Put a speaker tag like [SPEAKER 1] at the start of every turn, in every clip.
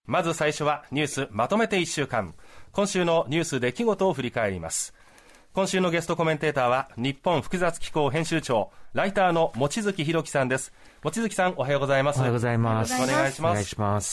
[SPEAKER 1] まず最初はニュースまとめて1週間、今週のニュース出来事を振り返ります。今週のゲストコメンテーターは日本複雑機構編集長ライターの望月博樹さんです。望月さん、おはようございます。
[SPEAKER 2] おはようございます。
[SPEAKER 1] よろしくお願いします。
[SPEAKER 2] お願いします。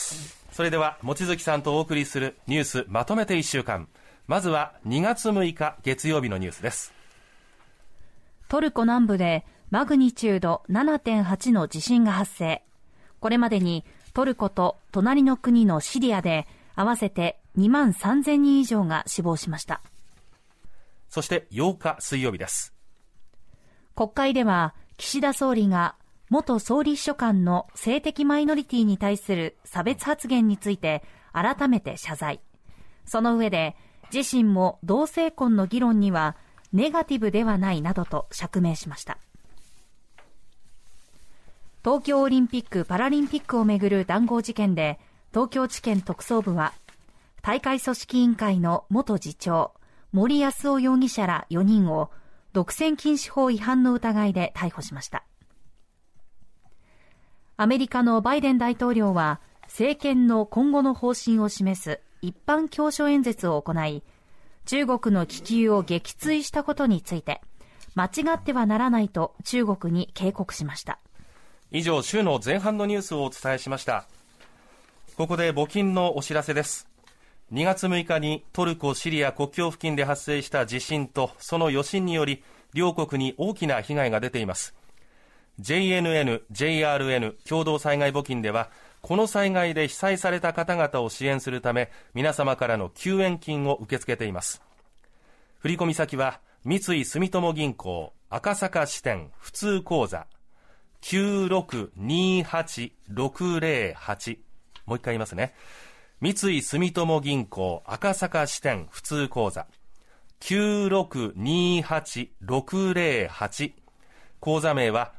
[SPEAKER 1] それでは望月さんとお送りするニュースまとめて1週間、まずは2月6日月曜日のニュースです。
[SPEAKER 3] トルコ南部でマグニチュード 7.8 の地震が発生。これまでにトルコと隣の国のシリアで合わせて2万3000人以上が死亡しました。
[SPEAKER 1] そして8日水曜日です。
[SPEAKER 3] 国会では岸田総理が元総理秘書官の性的マイノリティに対する差別発言について改めて謝罪。その上で自身も同性婚の議論にはネガティブではないなどと釈明しました。東京オリンピック・パラリンピックをめぐる談合事件で東京地検特捜部は大会組織委員会の元次長森泰夫容疑者ら4人を独占禁止法違反の疑いで逮捕しました。アメリカのバイデン大統領は政権の今後の方針を示す一般教書演説を行い、中国の気球を撃墜したことについて間違ってはならないと中国に警告しました。
[SPEAKER 1] 以上、週の前半のニュースをお伝えしました。ここで募金のお知らせです。2月6日にトルコ・シリア国境付近で発生した地震とその余震により両国に大きな被害が出ています。 JNN、JRN 共同災害募金ではこの災害で被災された方々を支援するため皆様からの救援金を受け付けています。振込先は三井住友銀行赤坂支店普通口座 9628608、 もう一回言いますね。三井住友銀行赤坂支店普通口座 9628608、 口座名は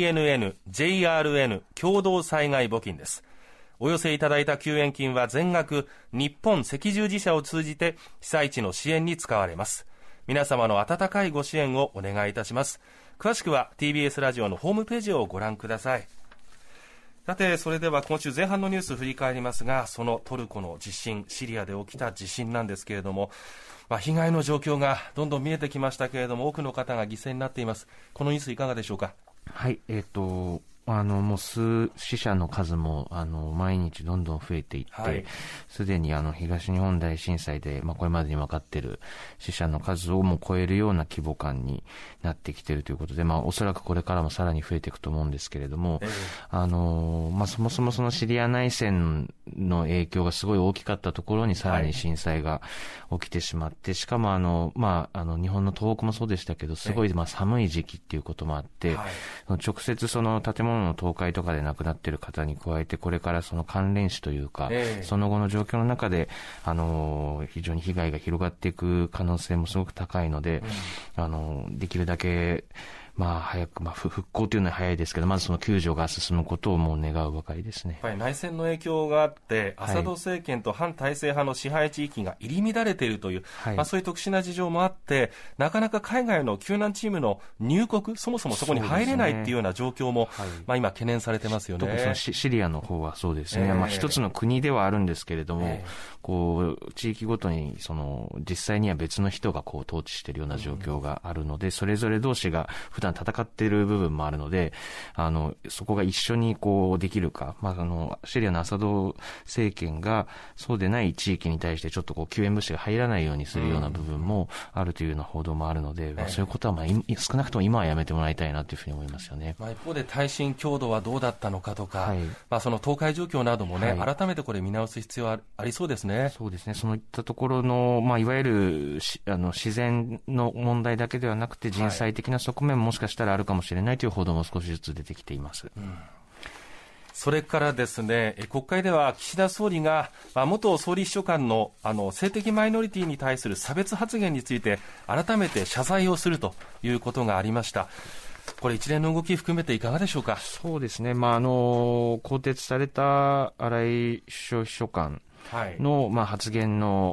[SPEAKER 1] JNN、JRN 共同災害募金です。お寄せいただいた救援金は全額日本赤十字社を通じて被災地の支援に使われます。皆様の温かいご支援をお願いいたします。詳しくは TBS ラジオのホームページをご覧ください。さて、それでは今週前半のニュース振り返りますが、そのトルコの地震、シリアで起きた地震なんですけれども、被害の状況がどんどん見えてきましたけれども、多くの方が犠牲になっています。このニュースいかがでしょうか。
[SPEAKER 2] はい、もう死者の数も毎日どんどん増えていって、すでに東日本大震災で、これまでに分かっている死者の数をもう超えるような規模感になってきているということで、おそらくこれからもさらに増えていくと思うんですけれども、そもそもそのシリア内戦の影響がすごい大きかったところにさらに震災が起きてしまって、しかも日本の東北もそうでしたけど、すごい寒い時期っていうこともあって、直接その建物の倒壊とかで亡くなっている方に加えて、これからその関連死というか、その後の状況の中で非常に被害が広がっていく可能性もすごく高いので、できるだけ早く、復興というのは早いですけど、まずその救助が進むことをもう願うばかりですね。
[SPEAKER 1] やっぱり内戦の影響があって、アサド政権と反体制派の支配地域が入り乱れているという、そういう特殊な事情もあって、なかなか海外の救難チームの入国、そもそもそこに入れないっていうような状況も、今懸念されてますよね。
[SPEAKER 2] 特にそのシリアの方はそうですね。一つの国ではあるんですけれども、地域ごとに実際には別の人が統治しているような状況があるので、それぞれ同士が普段戦っている部分もあるので、そこが一緒にできるか、シリアのアサド政権がそうでない地域に対してちょっと救援物資が入らないようにするような部分もあるというような報道もあるので、そういうことは少なくとも今はやめてもらいたいなというふうに思いますよね。
[SPEAKER 1] 一方で耐震強度はどうだったのかとか、その倒壊状況などもね、改めてこれ見直す必要はありそうですね。
[SPEAKER 2] そうですね。そういったところの、いわゆる自然の問題だけではなくて人災的な側面ももしかしたらあるかもしれないという報道も少しずつ出てきています。
[SPEAKER 1] それからですね、国会では岸田総理が元総理秘書官の性的マイノリティに対する差別発言について改めて謝罪をするということがありました。これ一連の動き含めていかがでしょうか。
[SPEAKER 2] そうですね、更迭された荒井首相秘書官の、発言の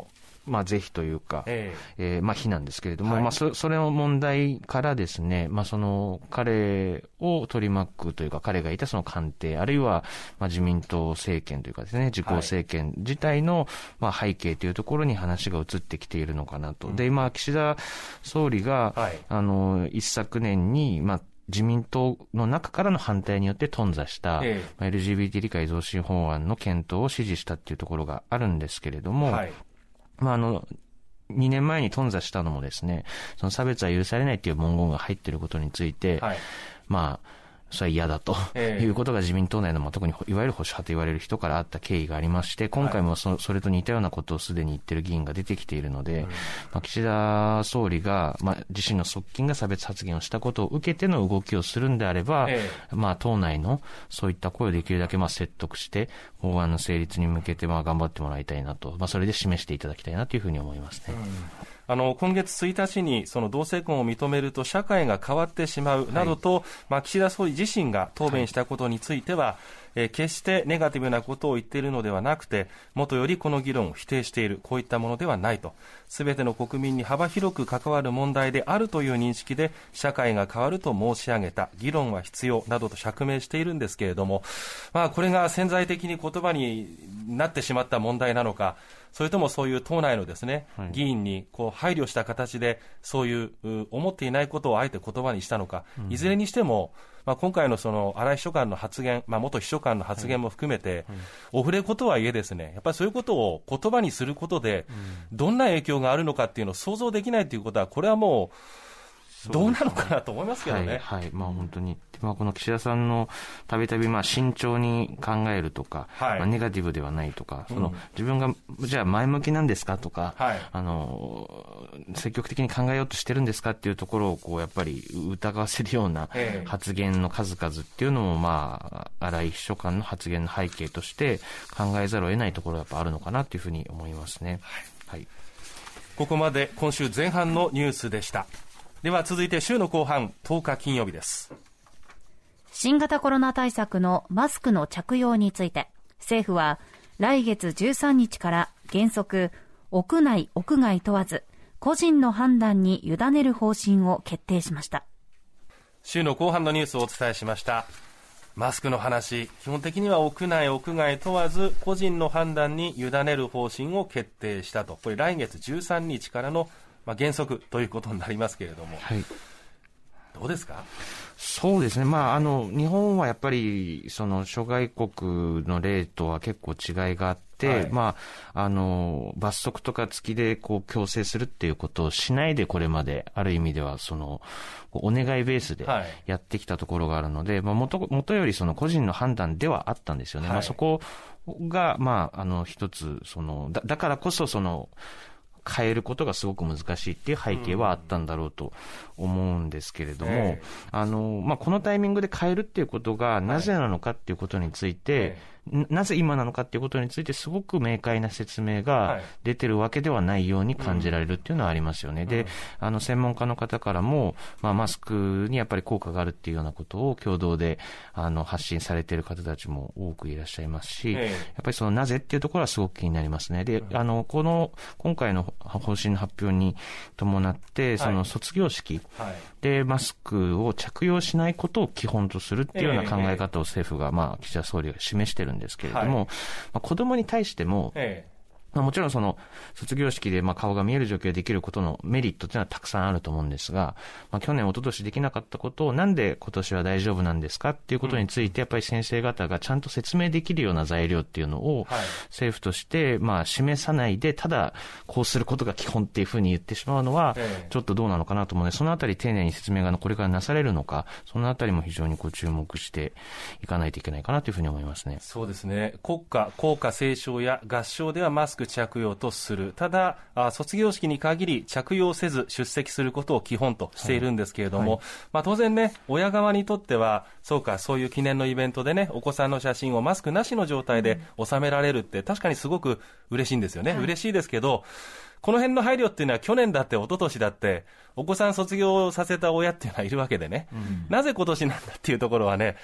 [SPEAKER 2] 是非というか、非なんですけれども、それの問題からですね、その彼を取り巻くというか、彼がいたその官邸、あるいは自民党政権というかですね、自公政権自体の背景というところに話が移ってきているのかなと。で、岸田総理が、一昨年に、自民党の中からの反対によって頓挫した、LGBT 理解増進法案の検討を指示したっていうところがあるんですけれども、2年前に頓挫したのもですね、その差別は許されないっていう文言が入っていることについて、それは嫌だということが自民党内の、特にいわゆる保守派と言われる人からあった経緯がありまして、今回もそれと似たようなことをすでに言っている議員が出てきているので、岸田総理が、自身の側近が差別発言をしたことを受けての動きをするんであれば、党内のそういった声をできるだけ説得して法案の成立に向けて頑張ってもらいたいなと、それで示していただきたいなというふうに思いますね。
[SPEAKER 1] 今月1日にその同性婚を認めると社会が変わってしまうなどと、岸田総理自身が答弁したことについては、決してネガティブなことを言っているのではなくて、もとよりこの議論を否定している、こういったものではないと、すべての国民に幅広く関わる問題であるという認識で社会が変わると申し上げた、議論は必要などと釈明しているんですけれども、これが潜在的に言葉になってしまった問題なのか、それともそういう党内のですね、議員に配慮した形でそういう思っていないことをあえて言葉にしたのか、いずれにしても、今回のその荒井秘書官の発言、元秘書官の発言も含めて、オフレコとはいえですね、やっぱりそういうことを言葉にすることで、どんな影響があるのかっていうのを想像できないということは、これはもう、どうなのかなと思いますけどね。
[SPEAKER 2] 本当に、この岸田さんのたびたび慎重に考えるとか、ネガティブではないとか、自分がじゃあ前向きなんですかとか、積極的に考えようとしてるんですかっていうところをやっぱり疑わせるような発言の数々っていうのも、荒井秘書官の発言の背景として考えざるを得ないところがやっぱあるのかなというふうに思いますね。
[SPEAKER 1] ここまで今週前半のニュースでした。では続いて週の後半、10日金曜日です。
[SPEAKER 3] 新型コロナ対策のマスクの着用について、政府は来月13日から原則屋内屋外問わず個人の判断に委ねる方針を決定しました。
[SPEAKER 1] 週の後半のニュースをお伝えしました。マスクの話、基本的には屋内屋外問わず個人の判断に委ねる方針を決定したと。これ来月13日からの原則ということになりますけれども、どうですか？
[SPEAKER 2] そうですね、日本はやっぱりその諸外国の例とは結構違いがあって、罰則とか付きで強制するっていうことをしないで、これまである意味ではそのお願いベースでやってきたところがあるので、元よりその個人の判断ではあったんですよね。そこが一つだからこそ変えることがすごく難しいっていう背景はあったんだろうと思うんですけれども、このタイミングで変えるっていうことがなぜなのかっていうことについて、なぜ今なのかっていうことについてすごく明快な説明が出てるわけではないように感じられるっていうのはありますよね。で、専門家の方からも、マスクにやっぱり効果があるっていうようなことを共同で発信されている方たちも多くいらっしゃいますし、やっぱりそのなぜっていうところはすごく気になりますね。で、今回の方針の発表に伴って、その卒業式でマスクを着用しないことを基本とするっていうような考え方を政府が、岸田総理が示してるんですけれども、子供に対しても、もちろんその卒業式で顔が見える状況でできることのメリットというのはたくさんあると思うんですが、去年、一昨年できなかったことをなんで今年は大丈夫なんですかっていうことについて、やっぱり先生方がちゃんと説明できるような材料っていうのを政府として示さないで、ただこうすることが基本っていうふうに言ってしまうのはちょっとどうなのかなと思うので、そのあたり丁寧に説明がこれからなされるのか、そのあたりも非常に注目していかないといけないかなというふうに思いますね。
[SPEAKER 1] そうですね。国歌、校歌斉唱や合唱ではマスク着用とする。ただ卒業式に限り着用せず出席することを基本としているんですけれども、当然ね、親側にとってはそういう記念のイベントでね、お子さんの写真をマスクなしの状態で収められるって確かにすごく嬉しいんですよね。嬉しいですけど、この辺の配慮っていうのは去年だって一昨年だってお子さん卒業させた親っていうのはいるわけでね、なぜ今年なんだっていうところはね、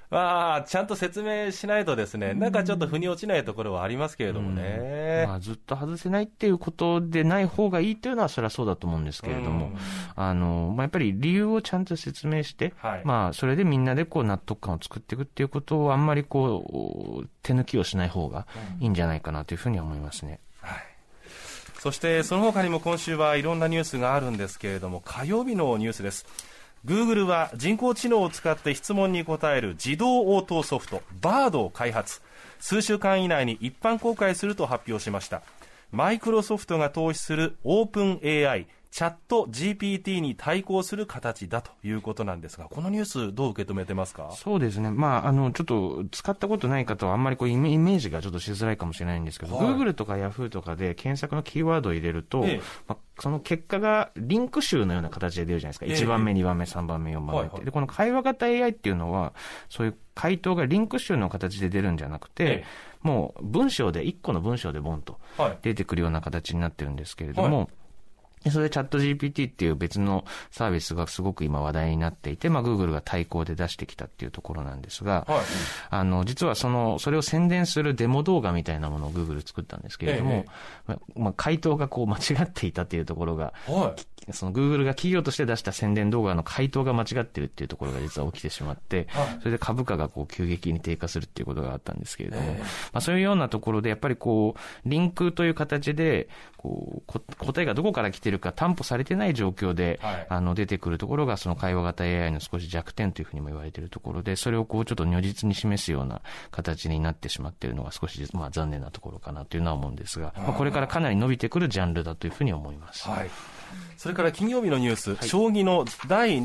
[SPEAKER 1] まあ、ちゃんと説明しないとですね、なんかちょっと腑に落ちないところはありますけれどもね。
[SPEAKER 2] まあ、ずっと外せないっていうことでない方がいいというのはそれはそうだと思うんですけれども、まあ、やっぱり理由をちゃんと説明して、
[SPEAKER 1] はい、
[SPEAKER 2] まあ、それでみんなでこう納得感を作っていくっていうことをあんまりこう手抜きをしない方がいいんじゃないかなというふうに思いますね。
[SPEAKER 1] はい。そしてその他にも今週はいろんなニュースがあるんですけれども、火曜日のニュースです。Google は人工知能を使って質問に答える自動応答ソフト Bard を開発、数週間以内に一般公開すると発表しました。マイクロソフトが投資する OpenAIチャット GPT に対抗する形だということなんですが、このニュースどう受け止めてますか？
[SPEAKER 2] そうですね、まあ、ちょっと使ったことない方はあんまりこうイメージがちょっとしづらいかもしれないんですけど、Google とか Yahoo とかで検索のキーワードを入れると、まあ、その結果がリンク集のような形で出るじゃないですか。1番目、2番目、3番目、4番目って。で、この会話型 AI っていうのは、そういう回答がリンク集の形で出るんじゃなくて、もう文章で、1個の文章でボンと出てくるような形になってるんですけれども、それでチャット GPT っていう別のサービスがすごく今話題になっていて、まあ Google が対抗で出してきたっていうところなんですが、実はそれを宣伝するデモ動画みたいなものを Google 作ったんですけれども、まあ回答がこう間違っていたっていうところが、その Google が企業として出した宣伝動画の回答が間違ってるっていうところが実は起きてしまって、それで株価がこう急激に低下するっていうことがあったんですけれども、まあそういうようなところでやっぱりこう、リンクという形で、こう、答えがどこから来ているか担保されてない状況で、出てくるところがその会話型 AI の少し弱点というふうにも言われているところで、それをこうちょっと如実に示すような形になってしまっているのが少しまあ残念なところかなというのは思うんですが、まあ、これからかなり伸びてくるジャンルだというふうに思います。
[SPEAKER 1] それから金曜日のニュース、将棋の第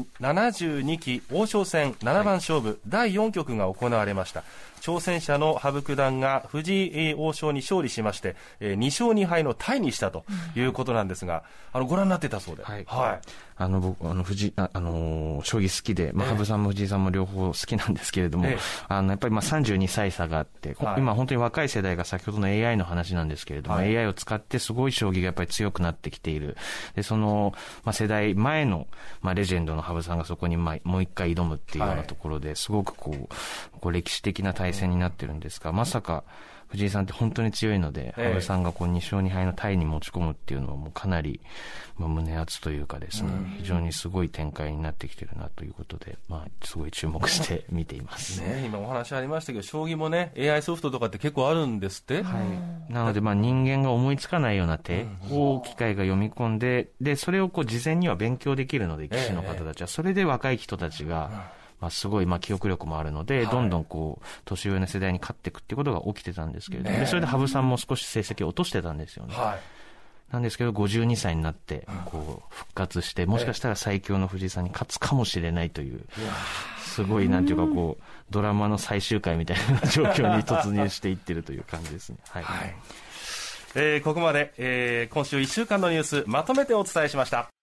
[SPEAKER 1] 72期王将戦7番勝負、第4局が行われました。挑戦者の羽生九段が藤井王将に勝利しまして、2勝2敗のタイにしたということなんですが、ご覧になってたそうで。
[SPEAKER 2] 僕、将棋好きで、まあ、羽生さんも藤井さんも両方好きなんですけれども、やっぱりまあ32歳差があって、今本当に若い世代が先ほどの AI の話なんですけれども、AI を使ってすごい将棋がやっぱり強くなってきている。で、まあ、世代前の、まあ、レジェンドの羽生さんがそこにもう一回挑むっていうようなところで、すごくこう歴史的な対戦になってるんですが、まさか藤井さんって本当に強いので、羽生さんがこう2勝2敗のタイに持ち込むっていうのはもうかなり、まあ、胸熱というかですね、非常にすごい展開になってきてるなということで、まあ、すごい注目して見ています。
[SPEAKER 1] 今お話ありましたけど、将棋もね、AI ソフトとかって結構あるんですって。
[SPEAKER 2] なので、まあ、人間が思いつかないような手を機械が読み込んで、で、それをこう事前には勉強できるので、棋士の方たちは、それで若い人たちが、まあ、すごいまあ記憶力もあるので、どんどんこう年上の世代に勝っていくっていうことが起きてたんですけれども、でそれで羽生さんも少し成績を落としてたんですよね。なんですけど52歳になってこう復活して、もしかしたら最強の藤井さんに勝つかもしれないという、すごいなんていうかこうドラマの最終回みたいな状況に突入していってるという感じですね。
[SPEAKER 1] ここまで、今週1週間のニュースまとめてお伝えしました。